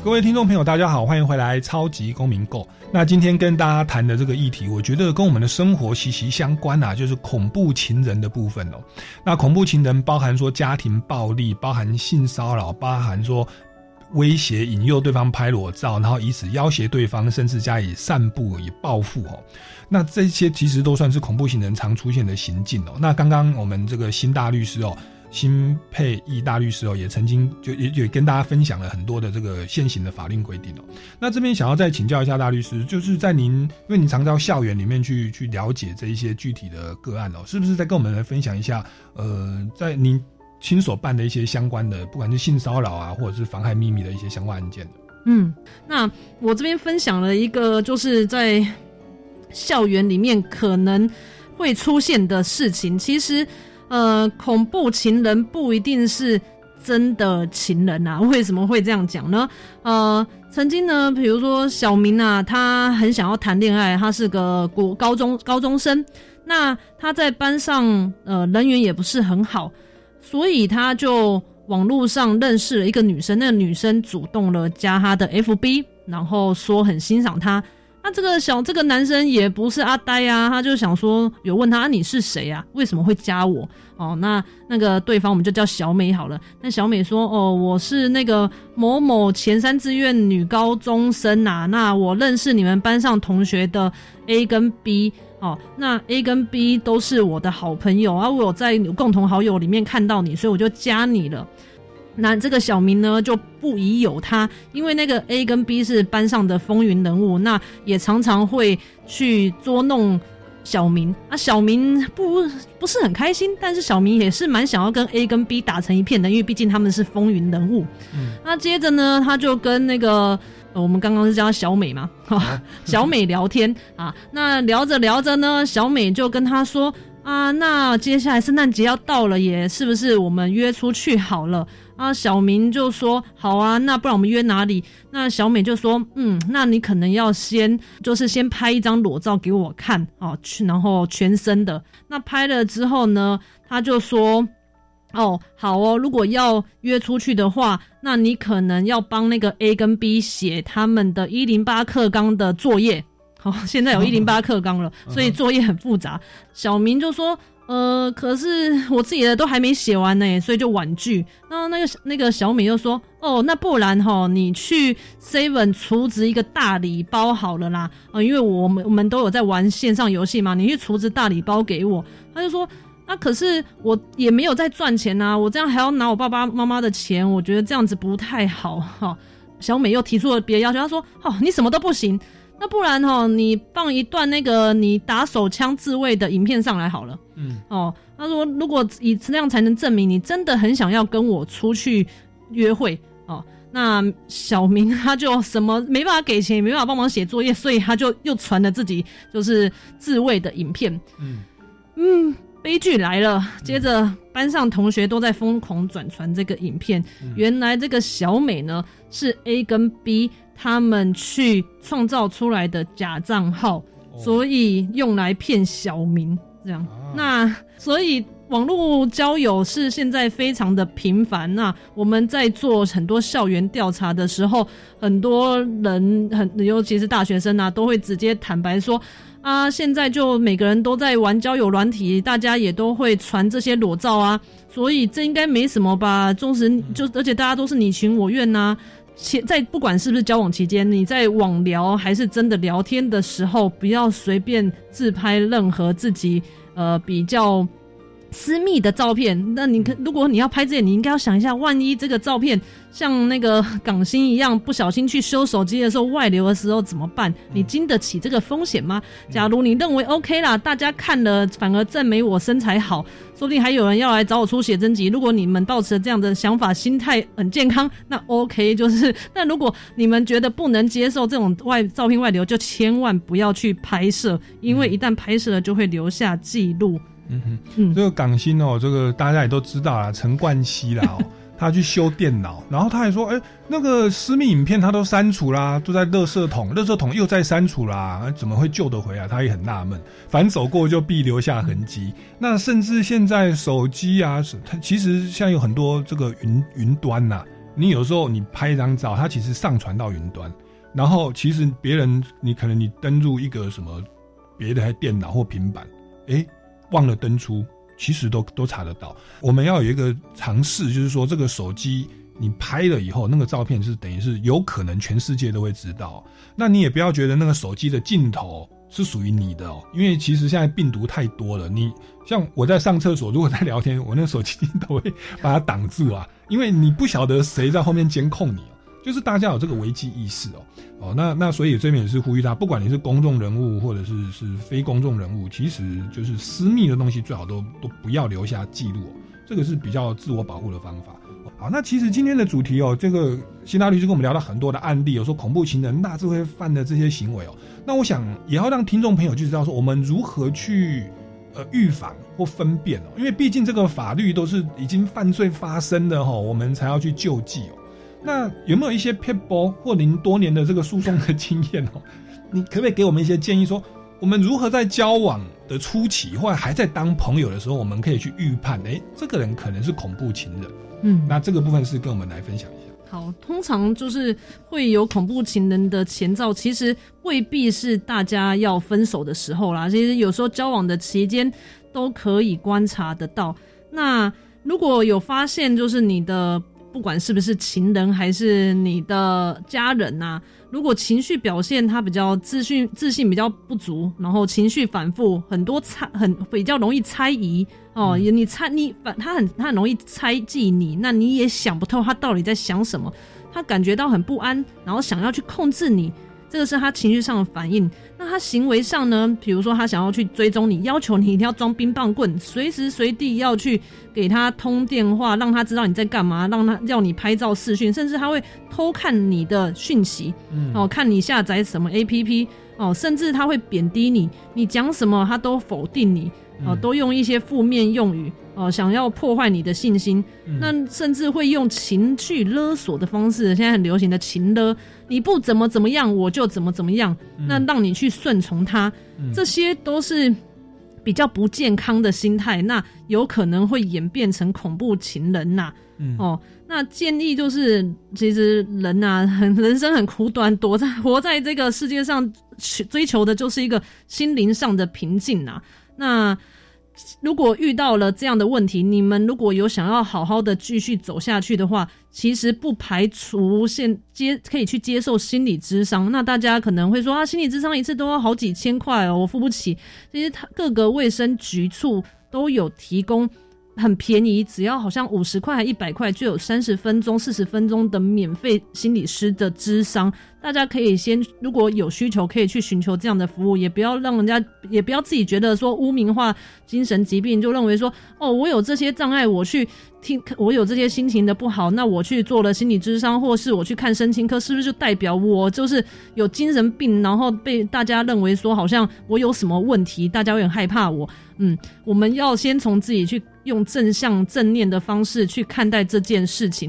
各位听众朋友大家好，欢迎回来超级公民购。那今天跟大家谈的这个议题，我觉得跟我们的生活息息相关啊，就是恐怖情人的部分哦。那恐怖情人包含说家庭暴力，包含性骚扰，包含说威胁引诱对方拍裸照，然后以此要挟对方，甚至加以散布以报复哦。那这些其实都算是恐怖情人常出现的行径哦。那刚刚我们这个新大律师哦，辛佩义大律师哦，也曾经也跟大家分享了很多的这个现行的法令规定哦。那这边想要再请教一下大律师，就是在您因为您常到校园里面去了解这一些具体的个案哦，是不是再跟我们来分享一下在您亲手办的一些相关的，不管是性骚扰啊，或者是妨害秘密的一些相关案件的？ 那我这边分享了一个就是在校园里面可能会出现的事情，其实恐怖情人不一定是真的情人啊。为什么会这样讲呢？曾经呢，比如说小明啊，他很想要谈恋爱，他是个高中生，那他在班上人缘也不是很好，所以他就网络上认识了一个女生，那个女生主动了加他的 FB， 然后说很欣赏他。那这个男生也不是阿呆啊，他就想说有问他你是谁啊？为什么会加我？那个对方我们就叫小美好了。那小美说我是那个某某前3志愿女高中生啊，那我认识你们班上同学的 A 跟 B。那 A 跟 B 都是我的好朋友啊，我有在共同好友里面看到你，所以我就加你了。那这个小明呢就不疑有他，因为那个 A 跟 B 是班上的风云人物，那也常常会去捉弄小明啊。小明不是很开心，但是小明也是蛮想要跟 A 跟 B 打成一片的，因为毕竟他们是风云人物。那接着呢，他就跟那个我们刚刚是叫她小美嘛，小美聊天啊。那聊着聊着呢，小美就跟他说啊，那接下来圣诞节要到了耶，是不是我们约出去好了？啊，小明就说好啊，那不然我们约哪里？那小美就说那你可能要先拍一张裸照给我看啊，然后全身的。那拍了之后呢，他就说好哦，如果要约出去的话，那你可能要帮那个 A 跟 B 写他们的108课纲的作业。现在有108课纲了，所以作业很复杂。小明就说可是我自己的都还没写完呢，所以就婉拒。那个小美又说那不然你去 Seven 储值一个大礼包好了啦，因为我们都有在玩线上游戏嘛，你去储值大礼包给我。他就说可是我也没有在赚钱啊，我这样还要拿我爸爸妈妈的钱，我觉得这样子不太好。小美又提出了别的要求，她说你什么都不行，那不然你放一段那个你打手枪自卫的影片上来好了。他说如果以这样才能证明你真的很想要跟我出去约会那小明他就什么没办法给钱，也没办法帮忙写作业，所以他就又传了自己就是自卫的影片。悲剧来了，接着班上同学都在疯狂转传这个影片。原来这个小美呢是 A 跟 B 他们去创造出来的假账号，所以用来骗小明这样。那所以网络交友是现在非常的频繁。那我们在做很多校园调查的时候，很多人尤其是大学生啊，都会直接坦白说现在就每个人都在玩交友软体，大家也都会传这些裸照啊，所以这应该没什么吧？而且大家都是你情我愿啊。在不管是不是交往期间，你在网聊还是真的聊天的时候，不要随便自拍任何自己比较私密的照片。那如果你要拍这些，你应该要想一下，万一这个照片像那个港星一样不小心去修手机的时候外流的时候怎么办？你经得起这个风险吗？假如你认为 OK 啦，大家看了反而赞美我身材好，说不定还有人要来找我出写真集。如果你们抱持这样的想法，心态很健康，那 OK 就是。但如果你们觉得不能接受这种照片外流，就千万不要去拍摄，因为一旦拍摄了就会留下记录。 这个港星这个大家也都知道啦，陈冠希啦他去修电脑，然后他还说那个私密影片他都删除啦，都在垃圾桶又再删除啦，怎么会救得回来？他也很纳闷，凡走过就必留下痕迹。那甚至现在手机啊，它其实像有很多这个云端你有时候你拍一张照，它其实上传到云端，然后其实别人可能你登入一个什么别的电脑或平板，忘了登出，其实都查得到。我们要有一个尝试，就是说这个手机你拍了以后，那个照片是等于是有可能全世界都会知道。那你也不要觉得那个手机的镜头是属于你的因为其实现在病毒太多了。你像我在上厕所，如果在聊天，我那个手机镜头会把它挡住啊，因为你不晓得谁在后面监控你就是大家有这个危机意识那所以这边也是呼吁大家，不管你是公众人物或者是非公众人物，其实就是私密的东西最好都不要留下记录这个是比较自我保护的方法。好，那其实今天的主题这个辛大律师跟我们聊到很多的案例，有说恐怖情人大致会犯的这些行为那我想也要让听众朋友就知道说我们如何去预防或分辨因为毕竟这个法律都是已经犯罪发生的我们才要去救济那有没有一些撇步或您多年的这个诉讼的经验你可不可以给我们一些建议，说我们如何在交往的初期或者还在当朋友的时候，我们可以去预判这个人可能是恐怖情人那这个部分是跟我们来分享一下。 好，通常就是会有恐怖情人的前兆，其实未必是大家要分手的时候啦，其实有时候交往的期间都可以观察得到。那如果有发现就是你的不管是不是情人还是你的家人如果情绪表现他比较自信比较不足，然后情绪反复，比较容易猜疑他很容易猜忌你，那你也想不透他到底在想什么，他感觉到很不安，然后想要去控制你，这个是他情绪上的反应。那他行为上呢，比如说他想要去追踪你，要求你一定要装冰棒棍，随时随地要去给他通电话，让他知道你在干嘛，要你拍照视讯，甚至他会偷看你的讯息看你下载什么 APP甚至他会贬低你，你讲什么他都否定你都用一些负面用语想要破坏你的信心那甚至会用情绪勒索的方式，现在很流行的情勒，你不怎么样我就怎么样那让你去顺从他这些都是比较不健康的心态，那有可能会演变成恐怖情人那建议就是其实人人生很苦短，活在这个世界上追求的就是一个心灵上的平静那如果遇到了这样的问题，你们如果有想要好好的继续走下去的话，其实不排除可以去接受心理咨商。那大家可能会说心理咨商一次都要好几千块我付不起。其实各个卫生局处都有提供很便宜，只要好像50块还100块就有30分钟40分钟的免费心理师的咨商，大家可以先如果有需求可以去寻求这样的服务，也不要自己觉得说污名化精神疾病，就认为说我有这些障碍，我有这些心情的不好，那我去做了心理咨商或是我去看身心科，是不是就代表我就是有精神病，然后被大家认为说好像我有什么问题，大家会很害怕我我们要先从自己去用正向正念的方式去看待这件事情。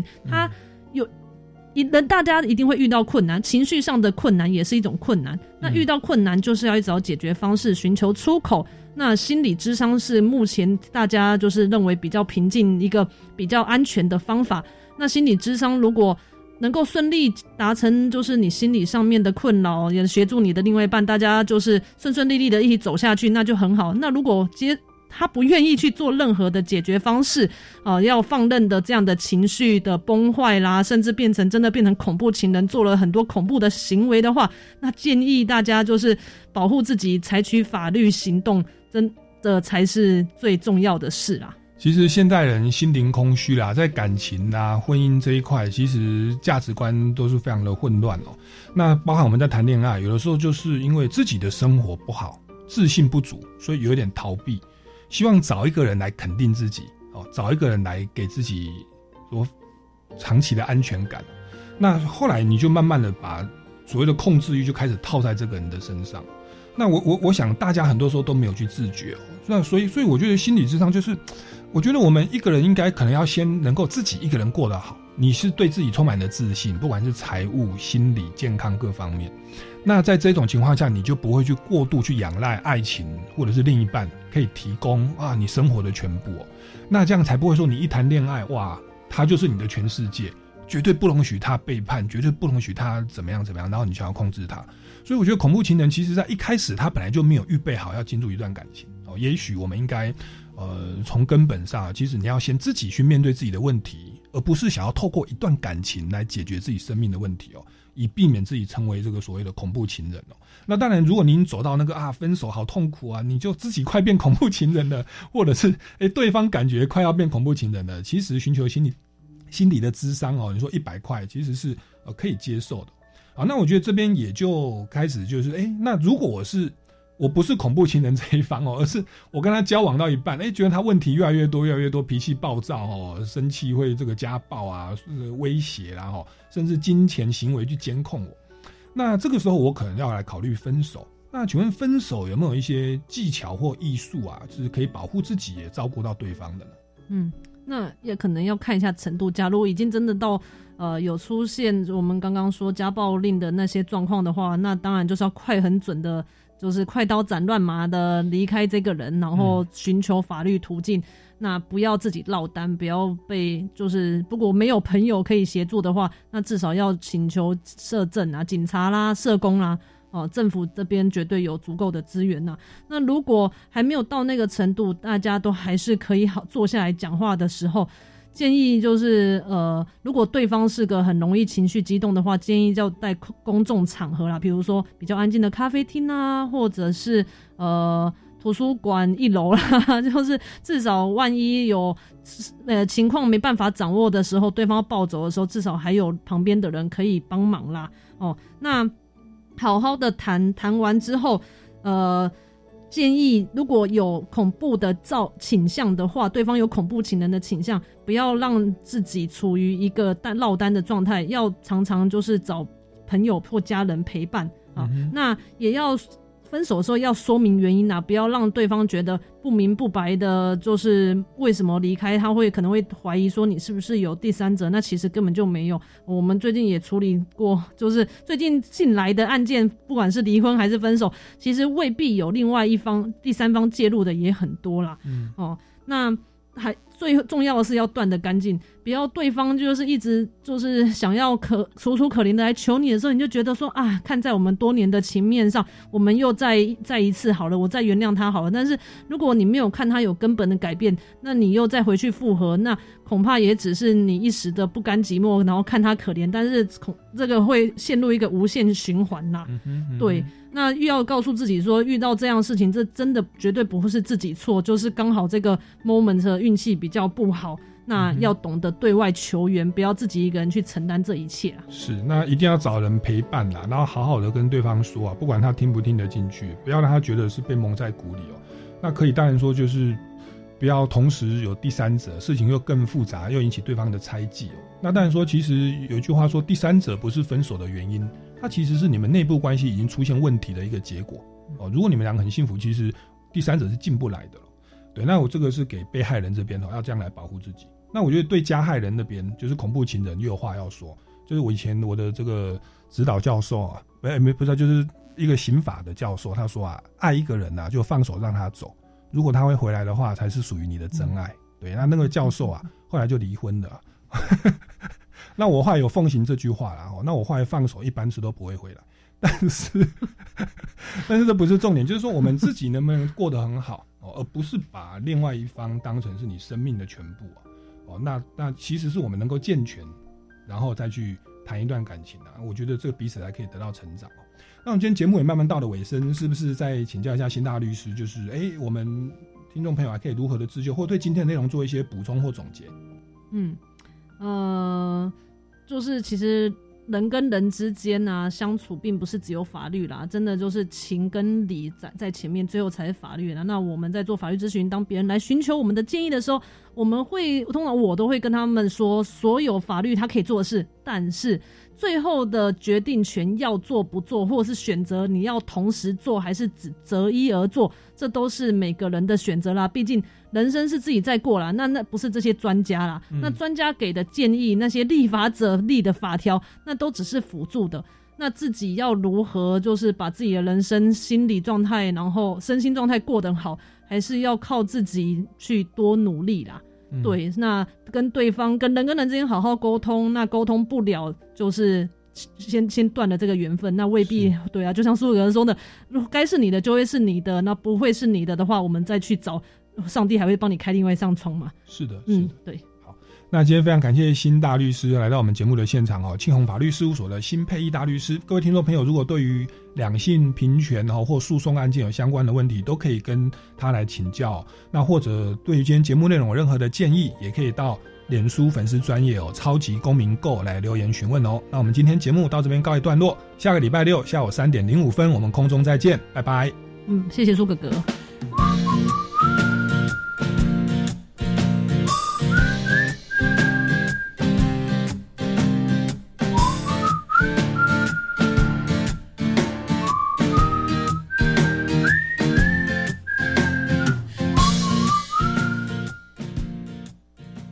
大家一定会遇到困难，情绪上的困难也是一种困难，那遇到困难就是要去找解决方式，寻求出口。那心理咨商是目前大家就是认为比较平静一个比较安全的方法。那心理咨商如果能够顺利达成就是你心理上面的困扰，也协助你的另外一半，大家就是顺利的一起走下去，那就很好。那如果他不愿意去做任何的解决方式要放任的这样的情绪的崩坏啦，甚至真的变成恐怖情人，做了很多恐怖的行为的话，那建议大家就是保护自己，采取法律行动，真的才是最重要的事啦。 其实现代人心灵空虚啦，在感情婚姻这一块，其实价值观都是非常的混乱那包含我们在谈恋爱，有的时候就是因为自己的生活不好，自信不足，所以有点逃避，希望找一个人来肯定自己找一个人来给自己长期的安全感。那后来你就慢慢的把所谓的控制欲就开始套在这个人的身上。那我想大家很多时候都没有去自觉那所以我觉得心理咨商就是，我觉得我们一个人应该可能要先能够自己一个人过得好，你是对自己充满了自信，不管是财务、心理、健康各方面。那在这种情况下，你就不会去过度去仰赖爱情或者是另一半可以提供你生活的全部那这样才不会说你一谈恋爱他就是你的全世界， 绝对不容许他背叛，绝对不容许他怎么样怎么样，然后你想要控制他。所以我觉得恐怖情人其实在一开始他本来就没有预备好要进入一段感情哦。也许我们应该从根本上，其实你要先自己去面对自己的问题，而不是想要透过一段感情来解决自己生命的问题哦，以避免自己成为这个所谓的恐怖情人哦。那当然，如果您走到那个分手好痛苦啊，你就自己快变恐怖情人了，或者是对方感觉快要变恐怖情人了，其实寻求心理的咨商哦，你说100块其实是可以接受的。好，那我觉得这边也就开始就是那如果我不是恐怖情人这一方哦，而是我跟他交往到一半，觉得他问题越来越多，脾气暴躁哦，生气会这个家暴啊，威胁啦甚至金钱行为去监控我。那这个时候我可能要来考虑分手。那请问分手有没有一些技巧或艺术啊，就是可以保护自己也照顾到对方的呢？ 那也可能要看一下程度。假如已经真的到有出现我们刚刚说家暴令的那些状况的话，那当然就是要快很准的，就是快刀斩乱麻的离开这个人，然后寻求法律途径。那不要自己落单，不要被就是如果没有朋友可以协助的话，那至少要请求社政啊、警察啦、社工啦。政府这边绝对有足够的资源呐。那如果还没有到那个程度，大家都还是可以好坐下来讲话的时候，建议就是如果对方是个很容易情绪激动的话，建议要在公众场合啦，比如说比较安静的咖啡厅啊，或者是图书馆1楼啦，就是至少万一有情况没办法掌握的时候，对方要暴走的时候，至少还有旁边的人可以帮忙啦。那好好的谈完之后，建议如果有恐怖的倾向的话，对方有恐怖情人的倾向，不要让自己处于一个落单的状态，要常常就是找朋友或家人陪伴啊。那也要分手的时候要说明原因啊，不要让对方觉得不明不白的，就是为什么离开，他可能会怀疑说你是不是有第三者，那其实根本就没有。我们最近也处理过，就是最近进来的案件，不管是离婚还是分手，其实未必有另外一方第三方介入的也很多啦。那还最重要的是要断得干净，不要对方就是一直就是想要楚楚可怜的来求你的时候，你就觉得说看在我们多年的情面上，我们又再一次好了，我再原谅他好了。但是如果你没有看他有根本的改变，那你又再回去复合，那恐怕也只是你一时的不甘寂寞，然后看他可怜，但是这个会陷入一个无限循环啦。对。那又要告诉自己说，遇到这样的事情，这真的绝对不是自己错，就是刚好这个 moment 的运气比较不好。那要懂得对外求援，不要自己一个人去承担这一切啊。 是，那一定要找人陪伴啦，然后好好的跟对方说不管他听不听得进去，不要让他觉得是被蒙在鼓里那可以当然说就是不要同时有第三者，事情又更复杂，又引起对方的猜忌那当然说，其实有一句话说，第三者不是分手的原因，它其实是你们内部关系已经出现问题的一个结果如果你们两个很幸福，其实第三者是进不来的对，那我这个是给被害人这边要这样来保护自己。那我觉得对加害人那边，就是恐怖情人，又有话要说。就是我以前我的这个指导教授不是就是一个刑法的教授，他说爱一个人就放手让他走，如果他会回来的话，才是属于你的真爱。对，那个教授后来就离婚了那我后来有奉行这句话啦那我后来放手一般是都不会回来，但是这不是重点，就是说我们自己能不能过得很好而不是把另外一方当成是你生命的全部那其实是我们能够健全，然后再去谈一段感情我觉得这个彼此还可以得到成长那我们今天节目也慢慢到了尾声，是不是再请教一下辛大律师，就是我们听众朋友还可以如何的自救，或对今天的内容做一些补充或总结？ 就是其实人跟人之间相处并不是只有法律啦，真的就是情跟理在前面，最后才是法律啦。那我们在做法律咨询，当别人来寻求我们的建议的时候，通常我都会跟他们说，所有法律他可以做的事，但是最后的决定权要做不做，或者是选择你要同时做还是只择一而做，这都是每个人的选择啦。毕竟人生是自己在过啦，那不是这些专家啦。那专家给的建议，那些立法者立的法条，那都只是辅助的。那自己要如何就是把自己的人生心理状态，然后身心状态过得好，还是要靠自己去多努力啦。 对，那跟对方跟人之间好好沟通，那沟通不了就是先断了这个缘分，那未必对啊。就像苏格兰说的，该是你的就会是你的，那不会是你的话，我们再去找上帝，还会帮你开另外一扇窗嘛。 是的， 对。 那今天非常感谢辛大律师来到我们节目的现场哦，庆鸿法律事务所的辛佩义大律师。各位听众朋友，如果对于两性平权或诉讼案件有相关的问题，都可以跟他来请教。那或者对于今天节目内容有任何的建议，也可以到脸书粉丝专页超级公民购来留言询问哦。那我们今天节目到这边告一段落，下个礼拜六下午3:05我们空中再见，拜拜。 谢谢苏哥哥。